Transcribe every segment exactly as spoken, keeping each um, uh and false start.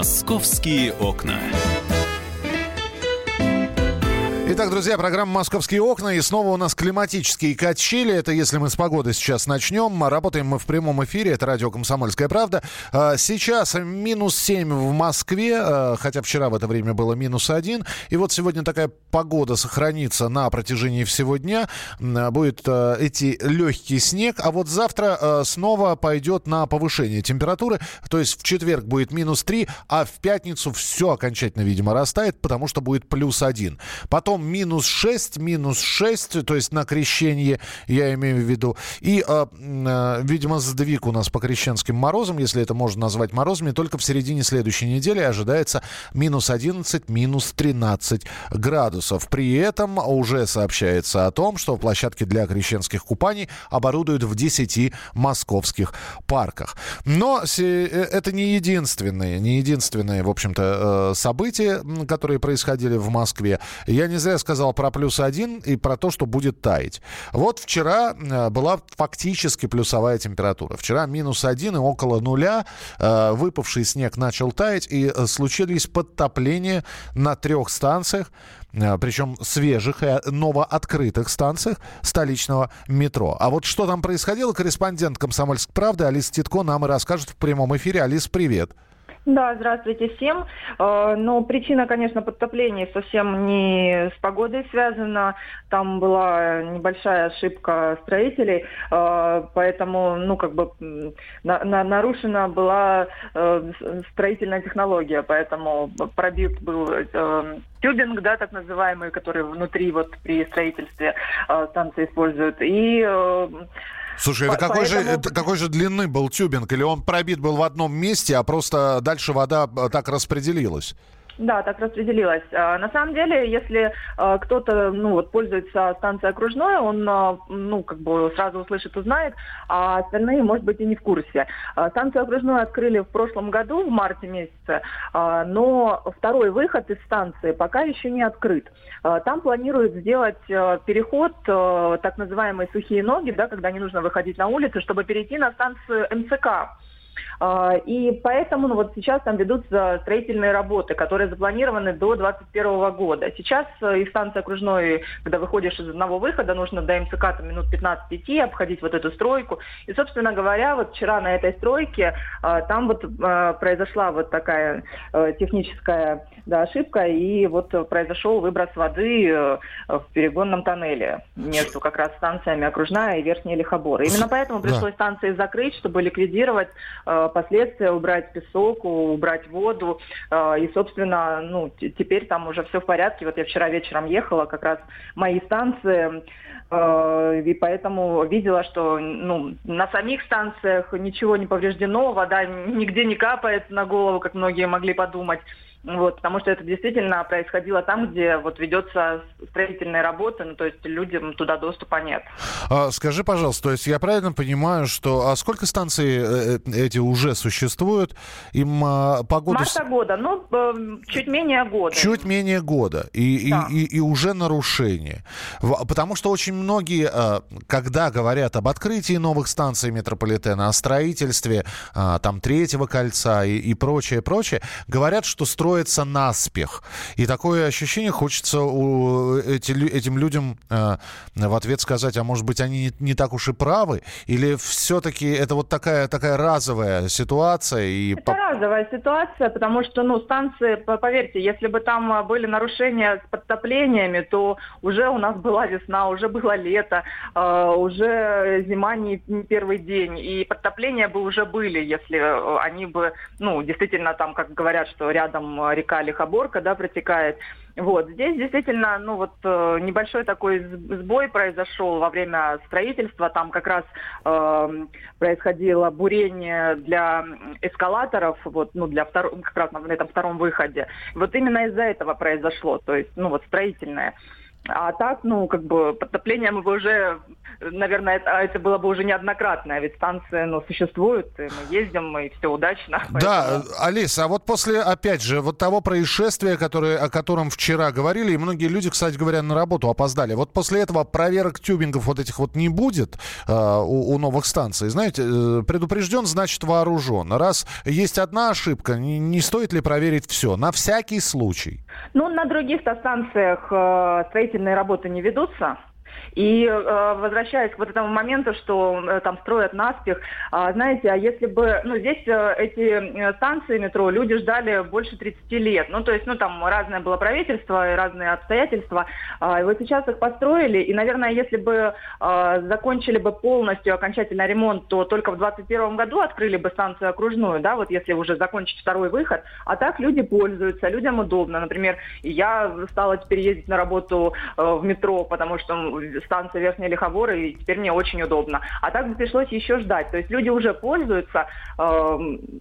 «Московские окна». Итак, друзья, программа «Московские окна». И снова у нас климатические качели. Это если мы с погоды сейчас начнем. Работаем мы в прямом эфире. Это радио «Комсомольская правда». Сейчас минус семь в Москве, хотя вчера в это время было минус один. И вот сегодня такая погода сохранится на протяжении всего дня. Будет идти легкий снег. А вот завтра снова пойдет на повышение температуры. То есть в четверг будет минус три, а в пятницу все окончательно, видимо, растает, потому что будет плюс один. Потом минус шесть, минус шесть, то есть на Крещенье, я имею в виду. И, э, э, видимо, сдвиг у нас по крещенским морозам, если это можно назвать морозами, только в середине следующей недели ожидается минус одиннадцать, минус тринадцать градусов. При этом уже сообщается о том, что площадки для крещенских купаний оборудуют в десяти московских парках. Но это не единственные, не единственные, в общем-то, события, которые происходили в Москве. Я не зря сказал про плюс один и про то, что будет таять. Вот вчера была фактически плюсовая температура. Вчера минус один и около нуля. Выпавший снег начал таять, и случились подтопления на трех станциях, причем свежих и новооткрытых станциях столичного метро. А вот что там происходило, корреспондент «Комсомольской правды» Алиса Титко нам и расскажет в прямом эфире. Алис, привет. Да, здравствуйте всем. Но причина, конечно, подтоплений совсем не с погодой связана. Там была небольшая ошибка строителей, поэтому, ну, как бы на, на, нарушена была строительная технология, поэтому пробит был тюбинг, да, так называемый, который внутри вот при строительстве станции используют. И Слушай, это какой, Поэтому... же, это какой же длины был тюбинг? Или он пробит был в одном месте, а просто дальше вода так распределилась? Да, так распределилось. На самом деле, если кто-то, ну, вот, пользуется станцией окружной, он, ну, как бы сразу услышит, узнает, а остальные, может быть, и не в курсе. Станцию окружной открыли в прошлом году, в марте месяце, но второй выход из станции пока еще не открыт. Там планируют сделать переход, так называемые сухие ноги, да, когда не нужно выходить на улицу, чтобы перейти на станцию эм цэ ка. И поэтому, ну, вот сейчас там ведутся строительные работы, которые запланированы до двадцать первого года. Сейчас из станции окружной, когда выходишь из одного выхода, нужно до эм цэ ка там, минут пятнадцать идти, обходить вот эту стройку. И, собственно говоря, вот вчера на этой стройке там вот произошла вот такая техническая, да, ошибка, и вот произошел выброс воды в перегонном тоннеле между как раз станциями окружная и верхняя Лихобор. Именно поэтому пришлось станции закрыть, чтобы ликвидировать последствия, убрать песок, убрать воду. И, собственно, ну, теперь там уже все в порядке. Вот я вчера вечером ехала, как раз мои станции, и поэтому видела, что, ну, на самих станциях ничего не повреждено, вода нигде не капает на голову, как многие могли подумать. Вот, потому что это действительно происходило там, где вот ведется строительная работа, ну, то есть людям туда доступа нет. А, скажи, пожалуйста, то есть я правильно понимаю, что... А сколько станций э, эти уже существуют? Им э, погоду... Марта года, ну, э, чуть менее года. Чуть менее года. И, да. и, и, и уже нарушение. Потому что очень многие, э, когда говорят об открытии новых станций метрополитена, о строительстве э, там третьего кольца и, и прочее, прочее, говорят, что строят наспех. И такое ощущение, хочется у эти, этим людям э, в ответ сказать, а может быть, они не, не так уж и правы? Или все-таки это вот такая, такая разовая ситуация? И... Это разовая ситуация, потому что, ну, станции, поверьте, если бы там были нарушения с подтоплениями, то уже у нас была весна, уже было лето, э, уже зима не, не первый день, и подтопления бы уже были, если они бы, ну, действительно там, как говорят, что рядом река Лихоборка, да, протекает. Вот. Здесь действительно, ну, вот э, небольшой такой сбой произошел во время строительства. Там как раз э, происходило бурение для эскалаторов, вот, ну, для второго, как раз на этом втором выходе. Вот именно из-за этого произошло, то есть, ну, вот строительное. А так, ну, как бы, подтопление мы бы уже, наверное, это, это было бы уже неоднократно, ведь станции, ну, существуют, и мы ездим, и все удачно. Да, поэтому... Алиса, а вот после, опять же, вот того происшествия, которое, о котором вчера говорили, и многие люди, кстати говоря, на работу опоздали, вот после этого проверок тюбингов вот этих вот не будет э, у, у новых станций. Знаете, э, предупрежден, значит вооружен. Раз есть одна ошибка, не, не стоит ли проверить все? На всякий случай. Ну, на других станциях э, строительные работы не ведутся. И э, возвращаясь к вот этому моменту, что э, там строят наспех, э, знаете, а если бы, ну, здесь э, эти станции метро люди ждали больше тридцати лет, ну, то есть, ну, там разное было правительство и разные обстоятельства, э, и вот сейчас их построили, и, наверное, если бы э, закончили бы полностью окончательный ремонт, то только в двадцать первом году открыли бы станцию окружную, да, вот если уже закончить второй выход, а так люди пользуются, людям удобно, например, я стала теперь ездить на работу э, в метро, потому что станция Верхняя Лиховор, и теперь мне очень удобно. А так бы пришлось еще ждать. То есть люди уже пользуются, э,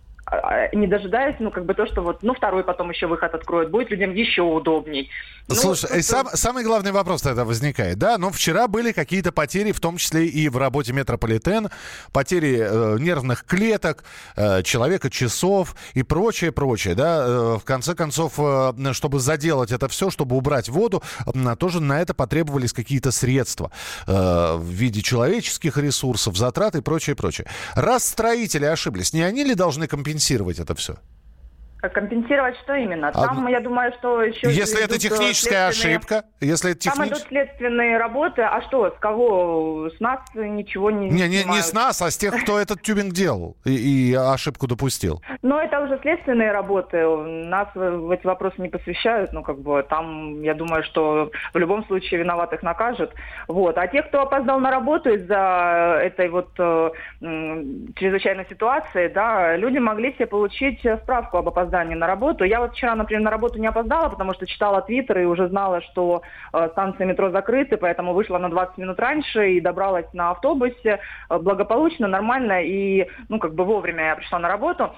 не дожидаясь, ну, как бы то, что вот, ну, второй потом еще выход откроют, будет людям еще удобней. Слушай, ну, сам, самый главный вопрос тогда возникает, да? Ну, вчера были какие-то потери, в том числе и в работе метрополитен, потери э, нервных клеток, э, человека-часов и прочее, прочее, да? Э, в конце концов, э, чтобы заделать это все, чтобы убрать воду, э, тоже на это потребовались какие-то средства э, в виде человеческих ресурсов, затрат и прочее, прочее. Раз строители ошиблись, не они ли должны компенсировать это все? Компенсировать что именно? Там, а, я думаю, что еще... Если это техническая ошибка, если это Там технич... идут следственные работы. А что, с кого? С нас ничего не Не, не, не с нас, а с тех, кто этот тюбинг делал и, и ошибку допустил. Ну, это уже следственные работы. Нас в эти вопросы не посвящают. Ну, как бы, там, я думаю, что в любом случае виноватых накажут. Вот. А те, кто опоздал на работу из-за этой вот э, чрезвычайной ситуации, да, люди могли себе получить справку об опоздании на работу. Я вот вчера, например, на работу не опоздала, потому что читала твиттер и уже знала, что э, станции метро закрыты, поэтому вышла на двадцать минут раньше и добралась на автобусе э, благополучно, нормально и, ну, как бы вовремя я пришла на работу.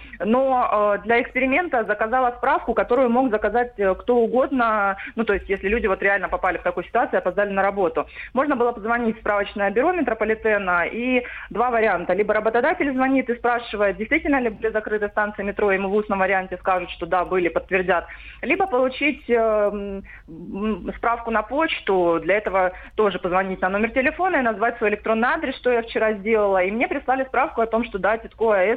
Но э, для эксперимента заказала справку, которую мог заказать э, кто угодно, ну, то есть, если люди вот реально попали в такую ситуацию и опоздали на работу. Можно было позвонить в справочное бюро метрополитена, и два варианта. Либо работодатель звонит и спрашивает, действительно ли были закрыты станции метро, ему в устном варианте скажут, что да, были, подтвердят. Либо получить э, справку на почту, для этого тоже позвонить на номер телефона и назвать свой электронный адрес, что я вчера сделала. И мне прислали справку о том, что да, Титко АЭС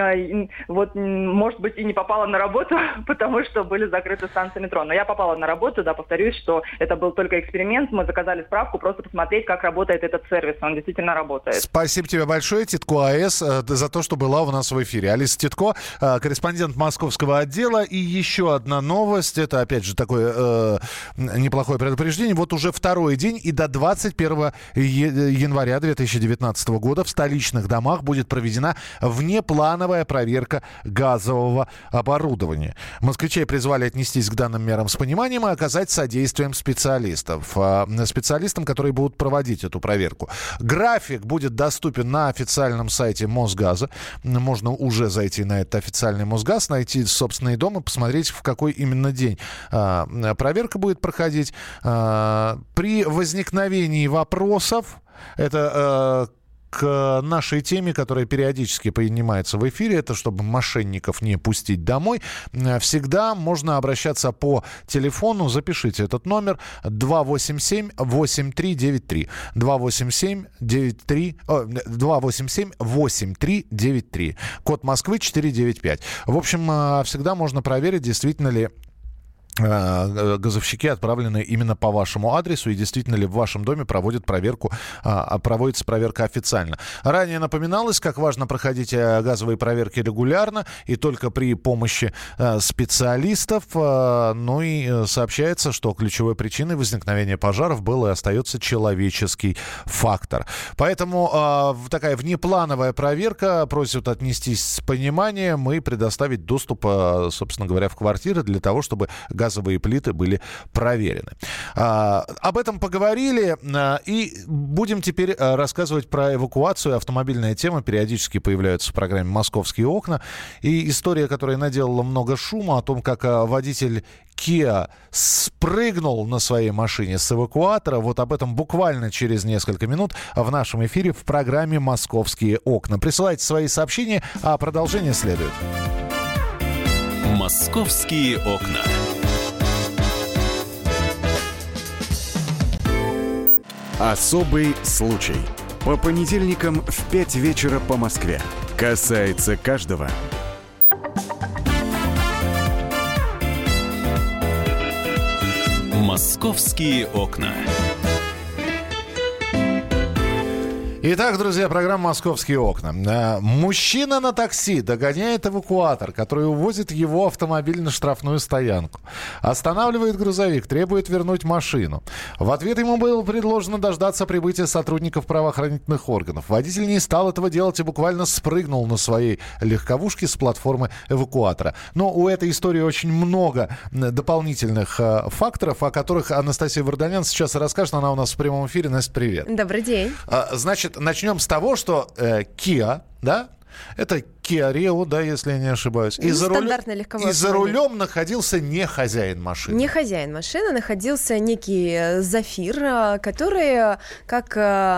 э, вот, может быть, и не попала на работу, потому что были закрыты станции метро. Но я попала на работу, да, повторюсь, что это был только эксперимент. Мы заказали справку, просто посмотреть, как работает этот сервис. Он действительно работает. Спасибо тебе большое, Титко АЭС, за то, что была у нас в эфире. Алиса Титко, корреспондент московского отдела. И еще одна новость. Это, опять же, такое э, неплохое предупреждение. Вот уже второй день и до двадцать первого января две тысячи девятнадцатого года в столичных домах будет проведена внеплановая проверка газового оборудования. Москвичей призвали отнестись к данным мерам с пониманием и оказать содействием специалистов. Специалистам, которые будут проводить эту проверку. График будет доступен на официальном сайте Мосгаза. Можно уже зайти на этот официальный Мосгаз, найти собственный дом и посмотреть, в какой именно день а, проверка будет проходить. А, при возникновении вопросов, это а, к нашей теме, которая периодически поднимается в эфире, это чтобы мошенников не пустить домой, всегда можно обращаться по телефону, запишите этот номер два восемь семь восемь три девять три. два восемь семь девять три, два восемь семь восемь три девять три. Код Москвы четыреста девяносто пять. В общем, всегда можно проверить, действительно ли газовщики отправлены именно по вашему адресу и действительно ли в вашем доме проводят проверку, проводится проверка официально. Ранее напоминалось, как важно проходить газовые проверки регулярно и только при помощи специалистов. Ну и сообщается, что ключевой причиной возникновения пожаров был и остается человеческий фактор. Поэтому такая внеплановая проверка, просят отнестись с пониманием и предоставить доступ, собственно говоря, в квартиры для того, чтобы газ газовые плиты были проверены. А, об этом поговорили, а, и будем теперь а, рассказывать про эвакуацию. Автомобильная тема периодически появляется в программе «Московские окна». И история, которая наделала много шума, о том, как а, водитель Kia спрыгнул на своей машине с эвакуатора. Вот об этом буквально через несколько минут в нашем эфире в программе «Московские окна». Присылайте свои сообщения, а продолжение следует. «Московские окна». Особый случай. По понедельникам в пять вечера по Москве. Касается каждого. «Московские окна». Итак, друзья, программа «Московские окна». Мужчина на такси догоняет эвакуатор, который увозит его автомобиль на штрафную стоянку. Останавливает грузовик, требует вернуть машину. В ответ ему было предложено дождаться прибытия сотрудников правоохранительных органов. Водитель не стал этого делать и буквально спрыгнул на своей легковушке с платформы эвакуатора. Но у этой истории очень много дополнительных э, факторов, о которых Анастасия Варданян сейчас расскажет. Она у нас в прямом эфире. Настя, привет. Добрый день. А, значит, начнем с того, что э, Kia, да, это Kia Rio, да, если я не ошибаюсь. И, ну, за, руль... легковой и за рулем находился не хозяин машины. Не хозяин машины, находился некий Зафир, который, как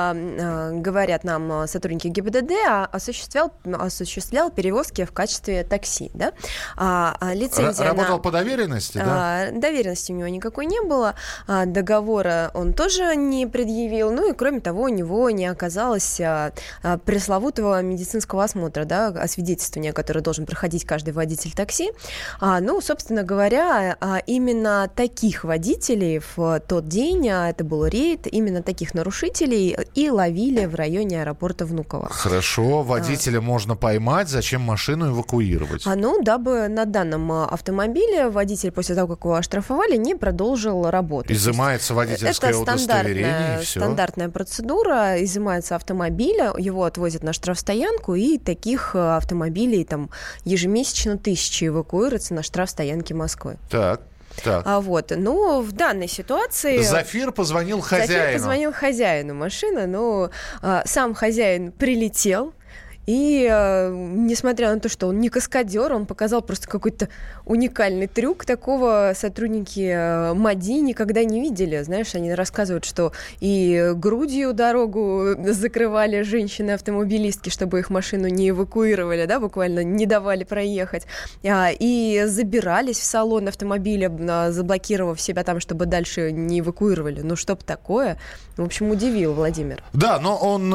э, говорят нам сотрудники ГИБДД, осуществлял, осуществлял перевозки в качестве такси. Да? А, лицензия Р- работал на... по доверенности, да? А, доверенности у него никакой не было, а, договора он тоже не предъявил, ну и кроме того у него не оказалось а, а, пресловутого медицинского осмотра, да, освидетельствования, которое должен проходить каждый водитель такси. А, ну, собственно говоря, а, именно таких водителей в тот день, а, это был рейд, именно таких нарушителей и ловили в районе аэропорта Внуково. Хорошо, водителя а. можно поймать, зачем машину эвакуировать? А, ну, дабы на данном автомобиле водитель после того, как его оштрафовали, не продолжил работать. Изымается водительское это удостоверение и все. Стандартная процедура, изымается автомобиль, его отвозят на штрафстоянку, и таких автомобилей там ежемесячно тысячи эвакуируются на штрафстоянке Москвы. Так. Так. А вот, ну, в данной ситуации... Зафир позвонил хозяину. Зафир позвонил хозяину машины, но а, сам хозяин прилетел. И, э, несмотря на то, что он не каскадер, он показал просто какой-то уникальный трюк. Такого сотрудники э, МАДИ никогда не видели. Знаешь, они рассказывают, что и грудью дорогу закрывали женщины-автомобилистки, чтобы их машину не эвакуировали, да, буквально не давали проехать. А, и забирались в салон автомобиля, а, заблокировав себя там, чтобы дальше не эвакуировали. Ну, что б такое? В общем, удивил Владимир. Да, но он...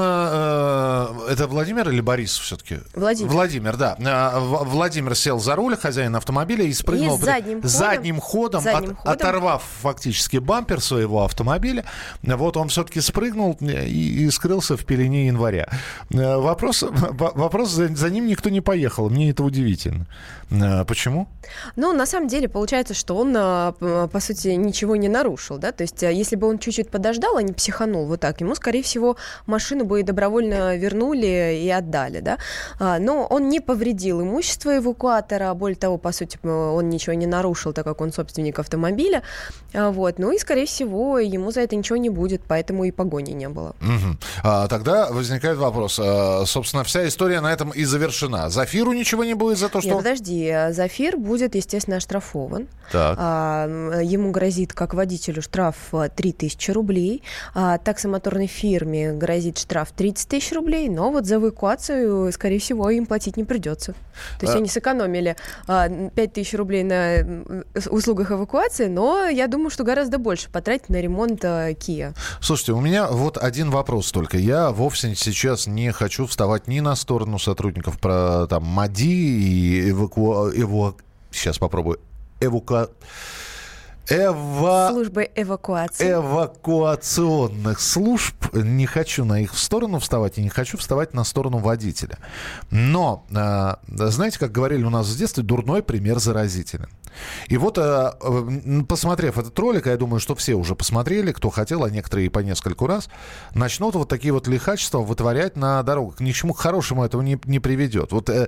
Э, это Владимир или Борис все-таки? Владимир. Владимир, да. Владимир сел за руль, хозяин автомобиля, и спрыгнул и задним ходом, задним ходом, задним от, ходом, оторвав фактически бампер своего автомобиля. Вот он все-таки спрыгнул и, и скрылся в пелене января. Вопрос, вопрос за, за ним никто не поехал. Мне это удивительно. Почему? Ну, на самом деле, получается, что он, по сути, ничего не нарушил, да, то есть, если бы он чуть-чуть подождал, а не психанул вот так, ему, скорее всего, машину бы и добровольно вернули и отдали, да, но он не повредил имущество эвакуатора, более того, по сути, он ничего не нарушил, так как он собственник автомобиля, вот, ну и, скорее всего, ему за это ничего не будет, поэтому и погони не было. Угу. А, тогда возникает вопрос, а, собственно, вся история на этом и завершена. Зафиру ничего не будет за то, что... Нет, подожди, Зафир будет, естественно, оштрафован. Так. А, ему грозит, как водителю, штраф три тысячи рублей. А, таксомоторной фирме грозит штраф тридцать тысяч рублей, но вот за эвакуацию, скорее всего, им платить не придется. То есть а... они сэкономили а, пять тысяч рублей на услугах эвакуации, но я думаю, что гораздо больше потратить на ремонт а, Kia. Слушайте, у меня вот один вопрос только. Я вовсе сейчас не хочу вставать ни на сторону сотрудников про там МАДИ и эваку... Эву... Сейчас попробую. Эваку... Эва... Службы эвакуации. эвакуационных служб. Не хочу на их сторону вставать и не хочу вставать на сторону водителя. Но, э, знаете, как говорили у нас в детстве, дурной пример заразителен. И вот, э, посмотрев этот ролик, я думаю, что все уже посмотрели, кто хотел, а некоторые и по нескольку раз, начнут вот такие вот лихачества вытворять на дорогах. Ни к чему хорошему этого не, не приведет. Вот э,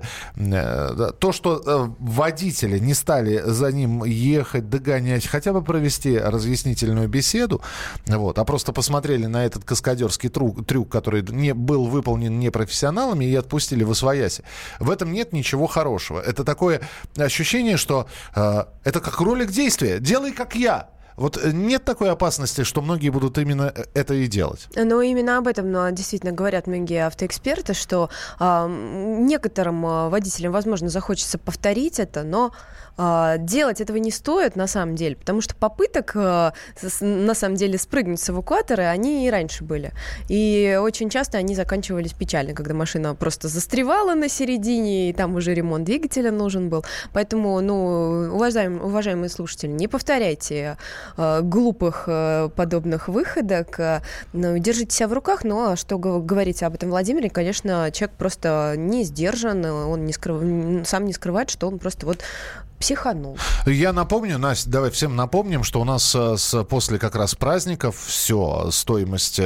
э, то, что э, водители не стали за ним ехать, догонять, хотя бы провести разъяснительную беседу, вот, а просто посмотрели на этот каскадерский трюк, трюк, который не, был выполнен непрофессионалами, и отпустили восвояси. В этом нет ничего хорошего. Это такое ощущение, что э, это как ролик действия. Делай, как я. Вот нет такой опасности, что многие будут именно это и делать? Ну, именно об этом ну, действительно говорят многие автоэксперты, что э, некоторым э, водителям, возможно, захочется повторить это, но э, делать этого не стоит на самом деле, потому что попыток э, с, на самом деле спрыгнуть с эвакуатора, они и раньше были. И очень часто они заканчивались печально, когда машина просто застревала на середине, и там уже ремонт двигателя нужен был. Поэтому, ну, уважаемые, уважаемые слушатели, не повторяйте глупых подобных выходок. Ну, держите себя в руках. Ну, а что говорить об этом Владимире? Конечно, человек просто не сдержан, он не скрыв... сам не скрывает, что он просто вот психанул. Я напомню, Настя, давай всем напомним, что у нас с, после как раз праздников все, стоимость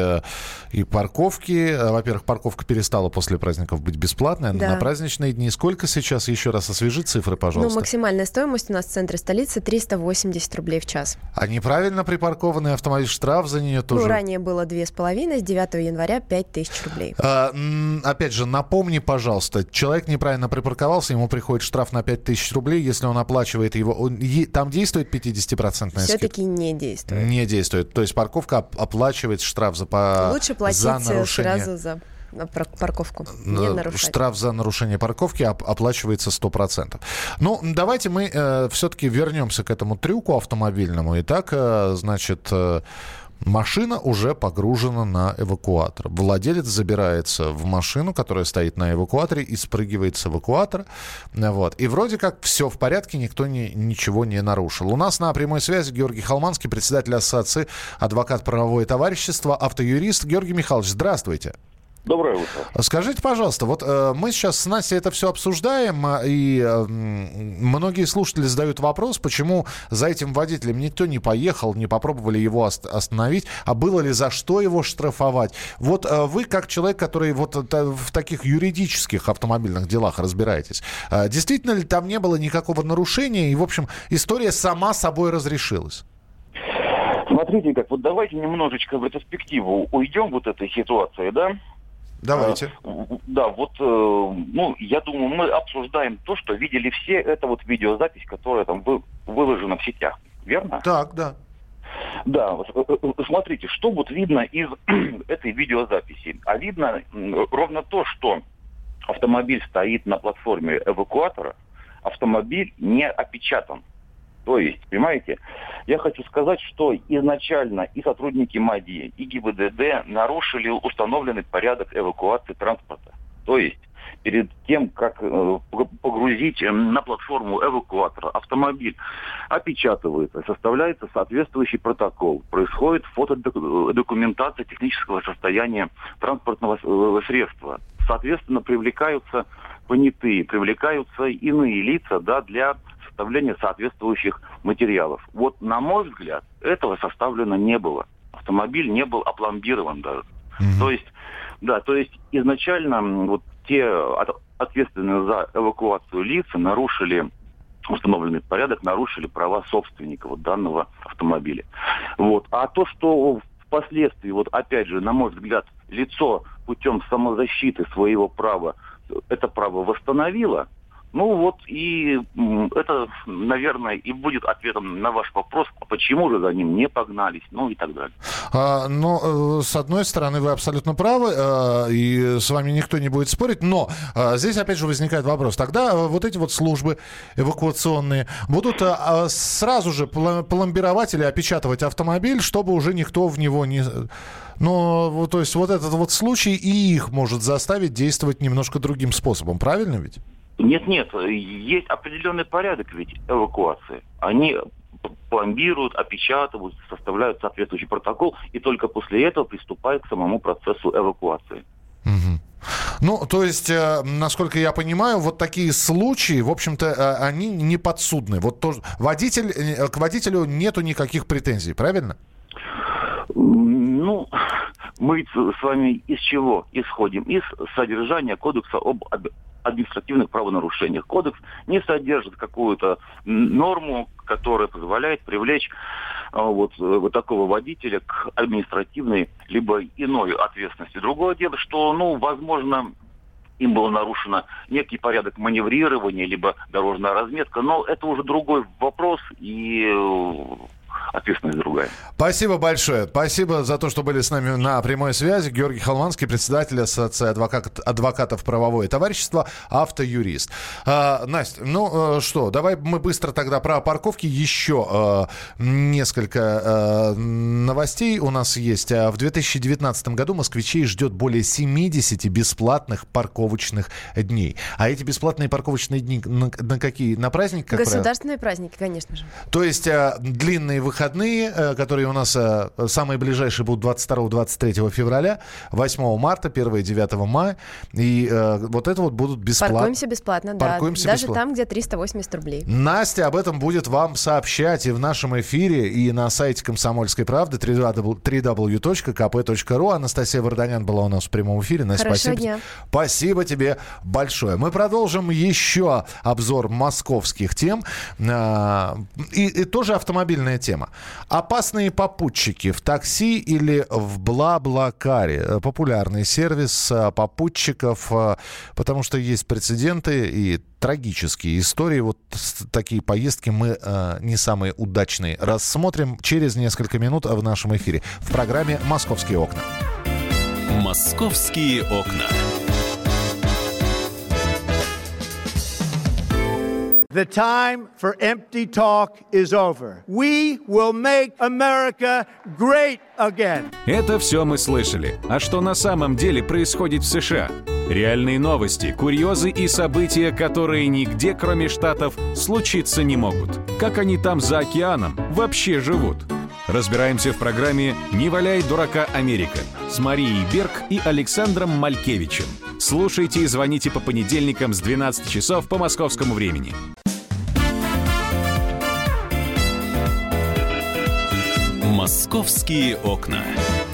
и парковки. Во-первых, парковка перестала после праздников быть бесплатной, да. На праздничные дни. Сколько сейчас? Еще раз освежи цифры, пожалуйста. Ну, максимальная стоимость у нас в центре столицы триста восемьдесят рублей в час. А неправильно припаркованный автомобиль, штраф за нее тоже? Ну, ранее было две с половиной, с девятого января пять тысяч рублей. А, опять же, напомни, пожалуйста, человек неправильно припарковался, ему приходит штраф на пять тысяч рублей, если он оплачивает его. Он, там действует пятидесятипроцентная скидка? Все-таки не действует. Не действует. То есть парковка оплачивает штраф за, по, Лучше платить за нарушение. Сразу за парковку. Не нарушать. Штраф за нарушение парковки оп- оплачивается сто процентов. Ну, давайте мы э, все-таки вернемся к этому трюку автомобильному. Итак, э, значит... Э, машина уже погружена на эвакуатор. Владелец забирается в машину, которая стоит на эвакуаторе, и спрыгивает с эвакуатора. Вот. И вроде как все в порядке, никто не, ничего не нарушил. У нас на прямой связи Георгий Холманский, председатель ассоциации «Адвокат правовое товарищество», автоюрист. Георгий Михайлович, здравствуйте. Доброе утро. Скажите, пожалуйста, вот э, мы сейчас с Настей это все обсуждаем, и э, многие слушатели задают вопрос, почему за этим водителем никто не поехал, не попробовали его ост- остановить, а было ли за что его штрафовать. Вот э, вы, как человек, который вот это, в таких юридических автомобильных делах разбираетесь, э, действительно ли там не было никакого нарушения, и, в общем, история сама собой разрешилась? Смотрите, как вот давайте немножечко в ретроспективу уйдем вот этой ситуации, да? Давайте. А, да, вот, э, ну, я думаю, мы обсуждаем то, что видели все. Это вот видеозапись, которая там вы, выложена в сетях, верно? Так, да. Да, вот, э, смотрите, что вот видно из этой видеозаписи. А видно э, ровно то, что автомобиль стоит на платформе эвакуатора, автомобиль не опечатан. То есть, понимаете, я хочу сказать, что изначально и сотрудники МАДИ, и ГИБДД нарушили установленный порядок эвакуации транспорта. То есть, перед тем, как э, погрузить на платформу эвакуатора автомобиль, опечатывается, составляется соответствующий протокол, происходит фотодокументация технического состояния транспортного средства. Соответственно, привлекаются понятые, привлекаются иные лица, да, для составления соответствующих материалов. Вот, на мой взгляд, этого составлено не было. Автомобиль не был опломбирован даже. Mm-hmm. То есть, да, то есть изначально вот те от, ответственные за эвакуацию лица нарушили установленный порядок, нарушили права собственника вот данного автомобиля. Вот. А то, что впоследствии, вот опять же, на мой взгляд, лицо путем самозащиты своего права это право восстановило, ну вот и это, наверное, и будет ответом на ваш вопрос, а почему же за ним не погнались, ну и так далее. А, но, с одной стороны, вы абсолютно правы, а, и с вами никто не будет спорить, но а, здесь опять же возникает вопрос. Тогда вот эти вот службы эвакуационные будут а, сразу же пломбировать или опечатывать автомобиль, чтобы уже никто в него не... Ну, то есть вот этот вот случай и их может заставить действовать немножко другим способом, правильно ведь? Нет, нет, есть определенный порядок ведь эвакуации. Они пломбируют, опечатывают, составляют соответствующий протокол, и только после этого приступают к самому процессу эвакуации. Угу. Ну, то есть, э, насколько я понимаю, вот такие случаи, в общем-то, э, они не подсудны. Вот то, водитель, э, к водителю нету никаких претензий, правильно? Ну, мы с вами из чего исходим? Из содержания Кодекса об административных правонарушениях. Кодекс не содержит какую-то норму, которая позволяет привлечь вот, вот такого водителя к административной либо иной ответственности. Другое дело, что, ну, возможно, им было нарушено некий порядок маневрирования, либо дорожная разметка, но это уже другой вопрос, и ответственность другая. Спасибо большое. Спасибо за то, что были с нами на прямой связи. Георгий Холманский, председатель Ассоциации адвокат, адвокатов правовое товарищество, автоюрист. А, Настя, ну что, давай мы быстро тогда про парковки. Еще а, несколько а, новостей у нас есть. В две тысячи девятнадцатом году москвичей ждет более семьдесят бесплатных парковочных дней. А эти бесплатные парковочные дни на, на какие? На праздники, как Государственные правило? Праздники, конечно же. То есть а, длинные выходные, которые у нас самые ближайшие будут двадцать второго - двадцать третьего февраля, восьмого марта, первого и девятого мая. И э, вот это вот будут бесплатно. Паркуемся бесплатно, Паркуемся да. Даже бесплатно. там, где триста восемьдесят рублей. Настя об этом будет вам сообщать и в нашем эфире, и на сайте «Комсомольской правды» дабл ю дабл ю дабл ю точка ка пэ точка ру. Анастасия Варданян была у нас в прямом эфире. Настя, Хорошего спасибо. дня. Спасибо тебе большое. Мы продолжим еще обзор московских тем. И, и тоже автомобильная тема. Опасные попутчики в такси или в Бла-Бла-Каре. Популярный сервис попутчиков, потому что есть прецеденты и трагические истории. Вот такие поездки мы не самые удачные рассмотрим через несколько минут в нашем эфире в программе «Московские окна». «Московские окна». The time for empty talk is over. We will make America great again. Это все мы слышали. А что на самом деле происходит в США? Реальные новости, курьезы и события, которые нигде, кроме Штатов, случиться не могут. Как они там за океаном вообще живут? Разбираемся в программе «Не валяй дурака, Америка» с Марией Берг и Александром Малькевичем. Слушайте и звоните по понедельникам с двенадцати часов по московскому времени. «Московские окна».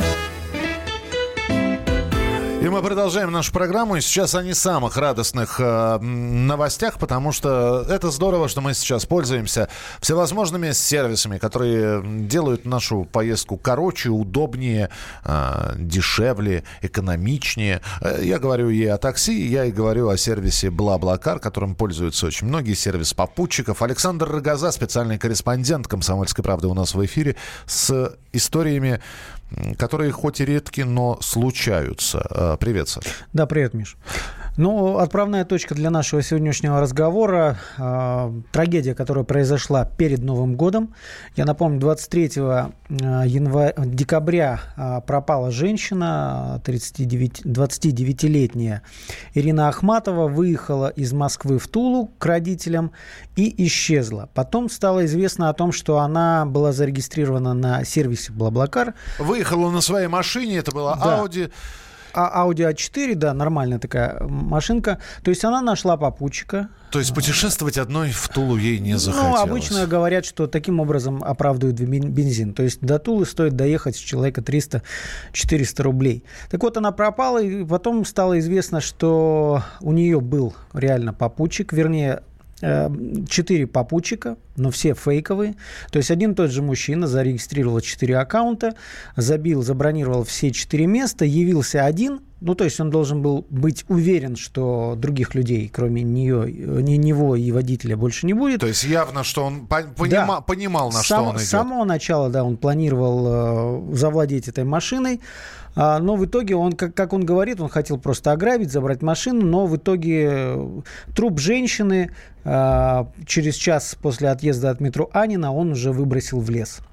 И мы продолжаем нашу программу. И сейчас о не самых радостных э, новостях, потому что это здорово, что мы сейчас пользуемся всевозможными сервисами, которые делают нашу поездку короче, удобнее, э, дешевле, экономичнее. Я говорю и о такси, я и говорю о сервисе Бла-Бла-Кар, которым пользуются очень многие, сервис попутчиков. Александр Рогоза, специальный корреспондент «Комсомольской правды» у нас в эфире с историями, которые хоть и редки, но случаются. Привет, Саша. Да, привет, Миш. Ну, отправная точка для нашего сегодняшнего разговора э, трагедия, которая произошла перед Новым годом. Я напомню, двадцать третьего января, декабря э, пропала женщина, двадцатидевятилетняя Ирина Ахматова, выехала из Москвы в Тулу к родителям и исчезла. Потом стало известно о том, что она была зарегистрирована на сервисе Бла-Бла-Кар. Выехала на своей машине, это была да. Audi. А Audi а четыре, да, нормальная такая машинка. То есть она нашла попутчика. То есть путешествовать одной в Тулу ей не захотелось. Ну, обычно говорят, что таким образом оправдывают бензин. То есть до Тулы стоит доехать с человека триста-четыреста рублей. Так вот, она пропала, и потом стало известно, что у нее был реально попутчик, вернее, четыре попутчика, но все фейковые. То есть один и тот же мужчина зарегистрировал четыре аккаунта, забил, забронировал все четыре места, явился один. Ну, то есть он должен был быть уверен, что других людей, кроме нее, не него и водителя, больше не будет. То есть явно, что он понима, да. понимал, на Сам, что он идет. С самого начала, да, он планировал э, завладеть этой машиной. А, но в итоге он, как, как он говорит, он хотел просто ограбить, забрать машину, но в итоге труп женщины э, через час после отъезда от метро Анина он уже выбросил в лес.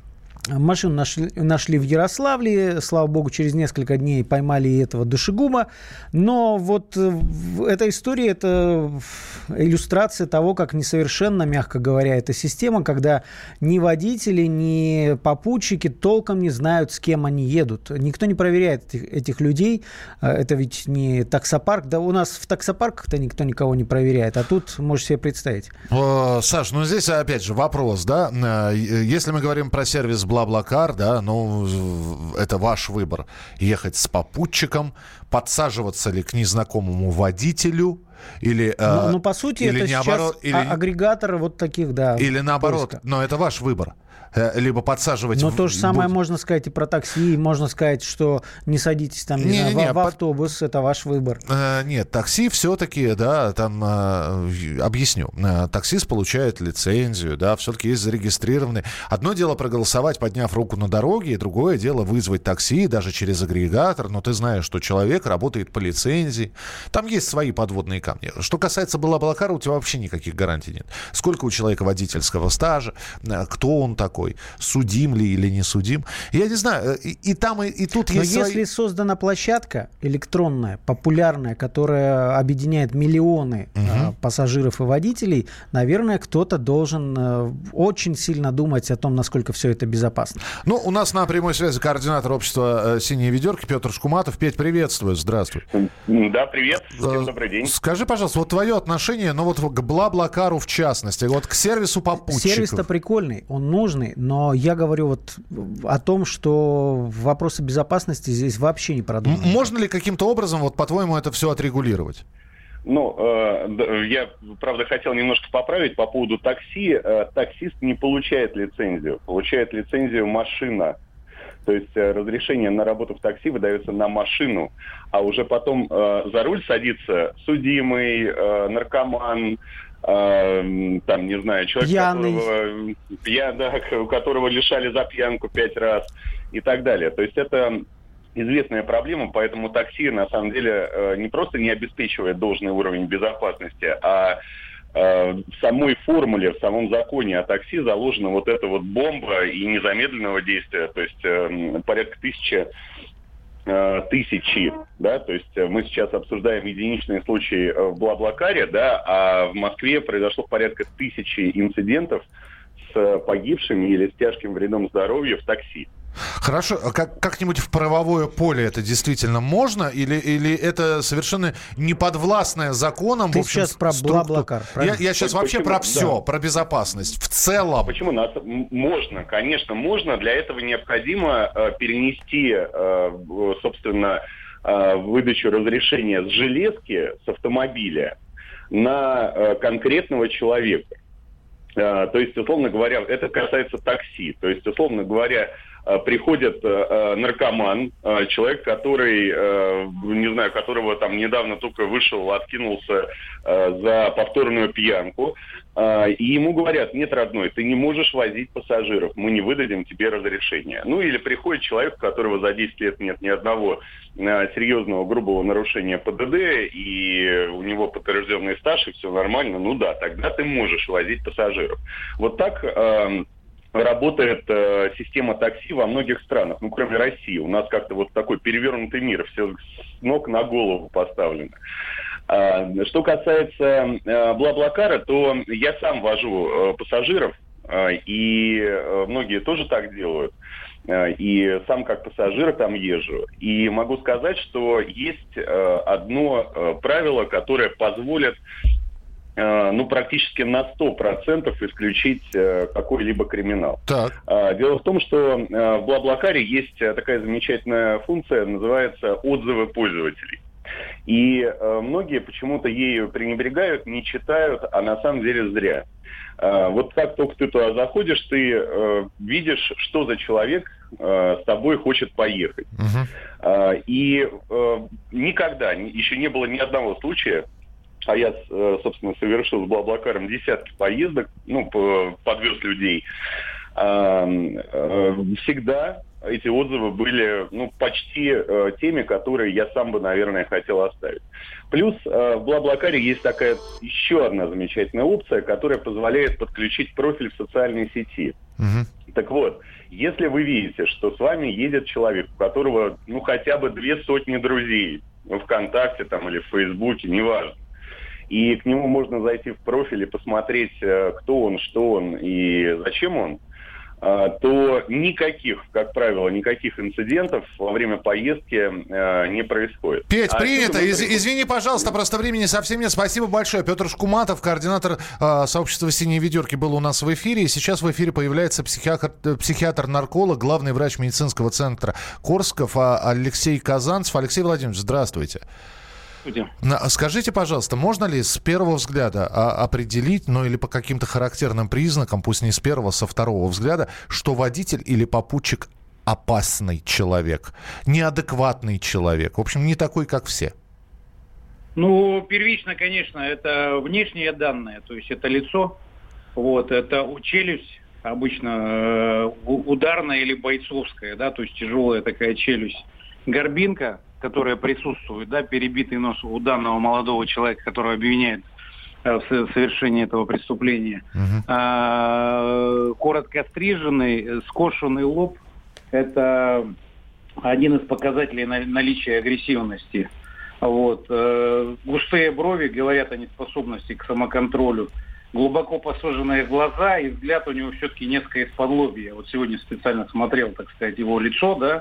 Машину нашли, нашли в Ярославле, слава богу, через несколько дней поймали и этого душегуба. Но вот эта история, это иллюстрация того, как несовершенна, мягко говоря, эта система, когда ни водители, ни попутчики толком не знают, с кем они едут. Никто не проверяет этих, этих людей. Это ведь не таксопарк. Да у нас в таксопарках-то никто никого не проверяет, а тут можешь себе представить. О, Саш, ну здесь опять же вопрос, да, если мы говорим про сервис BlaBlaCar, да, ну, это ваш выбор. Ехать с попутчиком, подсаживаться ли к незнакомому водителю, или... Ну, э, ну по сути, или это наоборот, сейчас или... агрегатор вот таких, да. Или наоборот, поиска. Но это ваш выбор. Либо подсаживать... Но в... то же самое можно сказать и про такси. Можно сказать, что не садитесь там не, не, знаю, не, в, в автобус. Под... Это ваш выбор. Э, нет, такси все-таки, да, там, э, объясню. Э, таксист получает лицензию, да, все-таки есть зарегистрированный. Одно дело проголосовать, подняв руку на дороге, и другое дело вызвать такси, даже через агрегатор. Но ты знаешь, что человек работает по лицензии. Там есть свои подводные камни. Что касается BlaBlaCar, у тебя вообще никаких гарантий нет. Сколько у человека водительского стажа, э, кто он такой, судим ли или не судим. Я не знаю, и, и там, и, и тут Но есть... если свои... создана площадка электронная, популярная, которая объединяет миллионы угу. э, пассажиров и водителей, наверное, кто-то должен э, очень сильно думать о том, насколько все это безопасно. Ну, у нас на прямой связи координатор общества «Синие ведерки» Петр Шкуматов. Петь, приветствую, здравствуй. Да, привет, всем добрый день. Скажи, пожалуйста, вот твое отношение, ну вот к BlaBlaCar в частности, вот к сервису попутчиков. Сервис-то прикольный, он нужный, но я говорю вот о том, что вопросы безопасности здесь вообще не продуманы. Можно ли каким-то образом, вот по-твоему, это все отрегулировать? Ну, э, я, правда, хотел немножко поправить по поводу такси. Э, таксист не получает лицензию. Получает лицензию машина. То есть э, разрешение на работу в такси выдается на машину, а уже потом э, за руль садится судимый, э, наркоман, Uh, там, не знаю, человек, Пьяный. которого, я, да, у которого лишали за пьянку пять раз и так далее. То есть это известная проблема, поэтому такси, на самом деле, не просто не обеспечивает должный уровень безопасности, а в самой формуле, в самом законе о такси заложена вот эта вот бомба и незамедленного действия, то есть порядка тысячи тысячи, да, то есть мы сейчас обсуждаем единичные случаи в BlaBlaCar, да, а в Москве произошло порядка тысячи инцидентов с погибшими или с тяжким вредом здоровью в такси. Хорошо, а как, как-нибудь в правовое поле это действительно можно? Или, или это совершенно неподвластное законом? Ты в общем, сейчас про BlaBlaCar, я, я сейчас Почему? вообще про все, да. про безопасность в целом. Почему? Можно, конечно, можно. Для этого необходимо э, перенести, э, собственно, э, выдачу разрешения с железки, с автомобиля на э, конкретного человека. Э, то есть, условно говоря, это касается такси. То есть, условно говоря, приходит э, наркоман, э, человек, который, э, не знаю, которого там недавно только вышел, откинулся э, за повторную пьянку, э, и ему говорят: нет, родной, ты не можешь возить пассажиров, мы не выдадим тебе разрешение. Ну или приходит человек, у которого за десять лет нет ни одного э, серьезного грубого нарушения ПДД, и у него подтвержденный стаж, и все нормально, ну да, тогда ты можешь возить пассажиров. Вот так... Э, работает э, система такси во многих странах, ну, кроме России. У нас как-то вот такой перевернутый мир, все с ног на голову поставлено. А, что касается э, BlaBlaCar, то я сам вожу э, пассажиров, э, и э, многие тоже так делают. Э, и сам как пассажир там езжу. И могу сказать, что есть э, одно э, правило, которое позволит ну, практически на сто процентов исключить э, какой-либо криминал. Так. А, дело в том, что э, в BlaBlaCar есть такая замечательная функция, называется «отзывы пользователей». И э, многие почему-то ею пренебрегают, не читают, а на самом деле зря. Э, вот как только ты туда заходишь, ты э, видишь, что за человек э, с тобой хочет поехать. Uh-huh. Э, и э, никогда, еще не было ни одного случая, а я, собственно, совершил с BlaBlaCar десятки поездок, ну, подвез людей. Всегда эти отзывы были, ну, почти теми, которые я сам бы, наверное, хотел оставить. Плюс в BlaBlaCar есть такая еще одна замечательная опция, которая позволяет подключить профиль в социальной сети. Uh-huh. Так вот, если вы видите, что с вами едет человек, у которого, ну, хотя бы две сотни друзей, ну, ВКонтакте там или в Фейсбуке, неважно, и к нему можно зайти в профиль и посмотреть, кто он, что он и зачем он, то никаких, как правило, никаких инцидентов во время поездки э, не происходит. Петь, а принято. Из, происходит... Извини, пожалуйста, просто времени совсем нет. Спасибо большое. Петр Шкуматов, координатор э, сообщества «Синие ведерки», был у нас в эфире. И сейчас в эфире появляется психиатр, психиатр-нарколог, главный врач медицинского центра Корсков Алексей Казанцев. Алексей Владимирович, здравствуйте. Скажите, пожалуйста, можно ли с первого взгляда а, определить, ну или по каким-то характерным признакам, пусть не с первого, со второго взгляда, что водитель или попутчик опасный человек, неадекватный человек, в общем, не такой, как все? Ну, первично, конечно, это внешние данные, то есть это лицо, вот, это челюсть, обычно э, ударная или бойцовская, да, то есть тяжелая такая челюсть, горбинка, которая присутствует, да, перебитый нос у данного молодого человека, которого обвиняют э, в совершении этого преступления. Uh-huh. А, коротко стриженный, скошенный лоб – это один из показателей наличия агрессивности. Вот. Э, густые брови говорят о неспособности к самоконтролю. Глубоко посаженные глаза, и взгляд у него все-таки несколько из-под-лобья. Вот сегодня специально смотрел, так сказать, его лицо, да,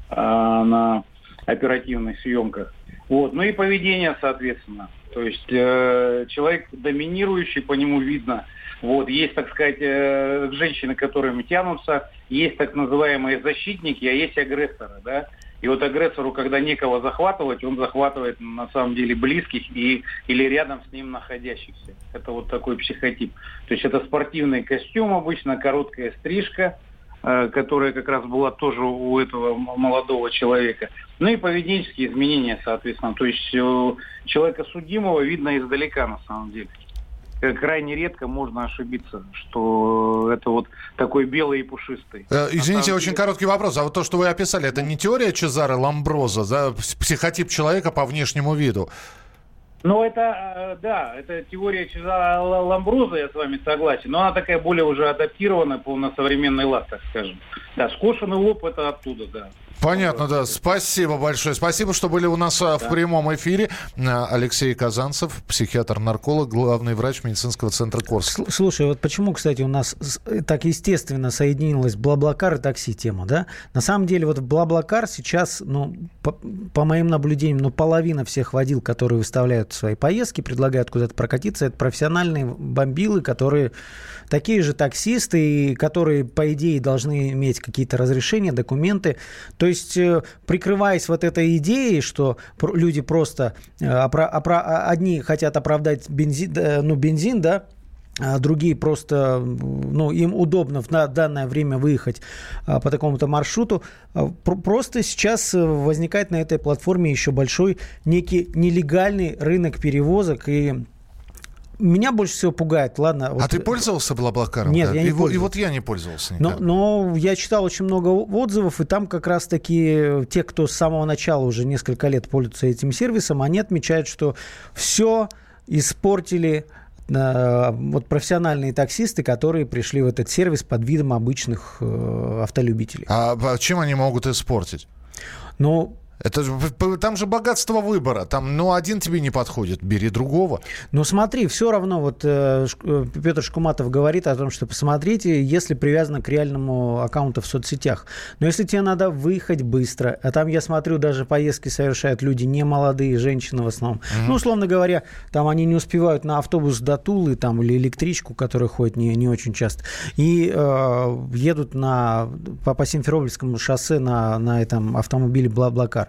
на оперативных съемках. Вот. Ну и поведение, соответственно. То есть э, человек доминирующий, по нему видно. Вот. Есть, так сказать, э, женщины, к которым тянутся, есть так называемые защитники, а есть агрессоры, да. И вот агрессору, когда некого захватывать, он захватывает на самом деле близких и, или рядом с ним находящихся. Это вот такой психотип. То есть это спортивный костюм обычно, короткая стрижка, которая как раз была тоже у этого молодого человека. Ну и поведенческие изменения, соответственно. То есть человека судимого видно издалека, на самом деле. Крайне редко можно ошибиться, что это вот такой белый и пушистый. Э, извините, очень деле... короткий вопрос. А вот то, что вы описали, это не теория Чезаре Ламброза, да? Психотип человека по внешнему виду? Ну, это, да, это теория Чезаре Ламброза, я с вами согласен, но она такая более уже адаптированная по на современный лад, так скажем. Да, скошенный лоб – это оттуда, да. Понятно, да. Спасибо большое. Спасибо, что были у нас да. в прямом эфире. Алексей Казанцев, психиатр-нарколог, главный врач медицинского центра Корск. Слушай, вот почему, кстати, у нас так естественно соединилась Блаблакар и такси тема, да? На самом деле, вот в Блаблакар сейчас, ну, по, по моим наблюдениям, ну, половина всех водил, которые выставляют свои поездки, предлагают куда-то прокатиться, это профессиональные бомбилы, которые такие же таксисты, которые, по идее, должны иметь какие-то разрешения, документы. То есть, прикрываясь вот этой идеей, что люди просто опра- опра- одни хотят оправдать бензин, ну, бензин, да, а другие просто, ну, им удобно в данное время выехать по такому-то маршруту. Просто сейчас возникает на этой платформе еще большой некий нелегальный рынок перевозок, и меня больше всего пугает, ладно. А вот... ты пользовался Блаблакаром? Нет, да? я не и, пользовался. И вот я не пользовался никак. Но, но я читал очень много отзывов, и там как раз-таки те, кто с самого начала уже несколько лет пользуются этим сервисом, они отмечают, что все испортили э, вот профессиональные таксисты, которые пришли в этот сервис под видом обычных э, автолюбителей. А чем они могут испортить? Ну... Это же, там же богатство выбора. Там, ну, один тебе не подходит, бери другого. Ну, смотри, все равно вот э, Петр Шкуматов говорит о том, что посмотрите, если привязано к реальному аккаунту в соцсетях. Но если тебе надо выехать быстро, а там, я смотрю, даже поездки совершают люди не молодые, женщины в основном. Mm-hmm. Ну, условно говоря, там они не успевают на автобус до Тулы там, или электричку, которая ходит не, не очень часто, и э, едут на, по, по Симферопольскому шоссе на, на этом автомобиле Блаблакар.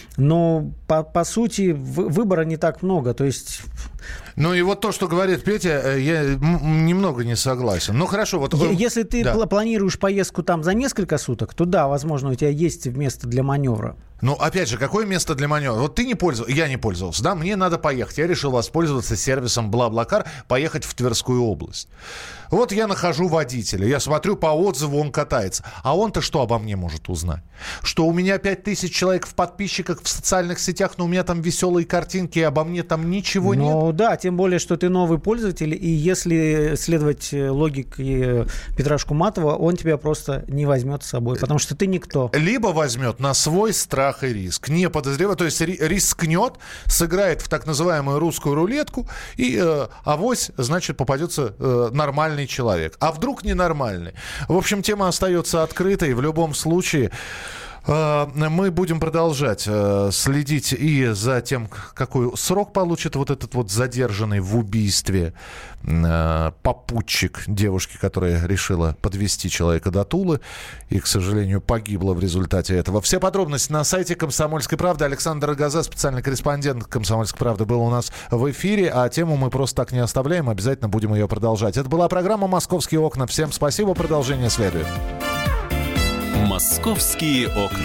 Но, по, по сути, выбора не так много. То есть... Ну, и вот то, что говорит Петя, я немного не согласен. Ну, хорошо. Вот... Если ты да. планируешь поездку там за несколько суток, то да, возможно, у тебя есть место для маневра. Ну, опять же, какое место для маневра? Вот ты не пользовался, я не пользовался, да, мне надо поехать. Я решил воспользоваться сервисом BlaBlaCar, поехать в Тверскую область. Вот я нахожу водителя, я смотрю по отзыву, он катается. А он-то что обо мне может узнать? Что у меня пять тысяч человек в подписчиках в социальных сетях, но у меня там веселые картинки, и обо мне там ничего нет? Ну да, тем более, что ты новый пользователь, и если следовать логике Петра Шкуматова, он тебя просто не возьмет с собой, потому что ты никто. Либо возьмет на свой страх и риск, не подозревая, то есть рискнет, сыграет в так называемую русскую рулетку, и э, авось, значит, попадется э, нормальный человек. А вдруг ненормальный? В общем, тема остается открытой. В любом случае, э, мы будем продолжать э, следить и за тем, какой срок получит вот этот вот задержанный в убийстве э, попутчик девушки, которая решила подвести человека до Тулы и, к сожалению, погибла в результате этого. Все подробности на сайте «Комсомольской правды». Александр Рогоза, специальный корреспондент «Комсомольской правды», был у нас в эфире, а тему мы просто так не оставляем, обязательно будем ее продолжать. Это была программа «Московские окна». Всем спасибо, продолжение следует. «Московские окна».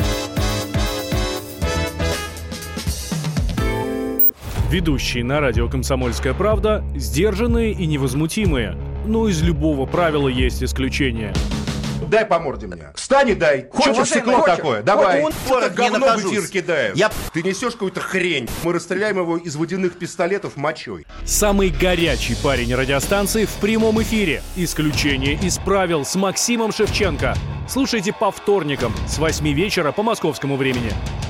Ведущие на радио «Комсомольская правда» сдержанные и невозмутимые. Но из любого правила есть исключение. Дай по морде мне. Встань и дай. Хочешь стекло такое? Давай. Что-то говно в эфир кидаешь. Я... Ты несешь какую-то хрень. Мы расстреляем его из водяных пистолетов мочой. Самый горячий парень радиостанции в прямом эфире. Исключение из правил с Максимом Шевченко. Слушайте по вторникам с восьми вечера по московскому времени.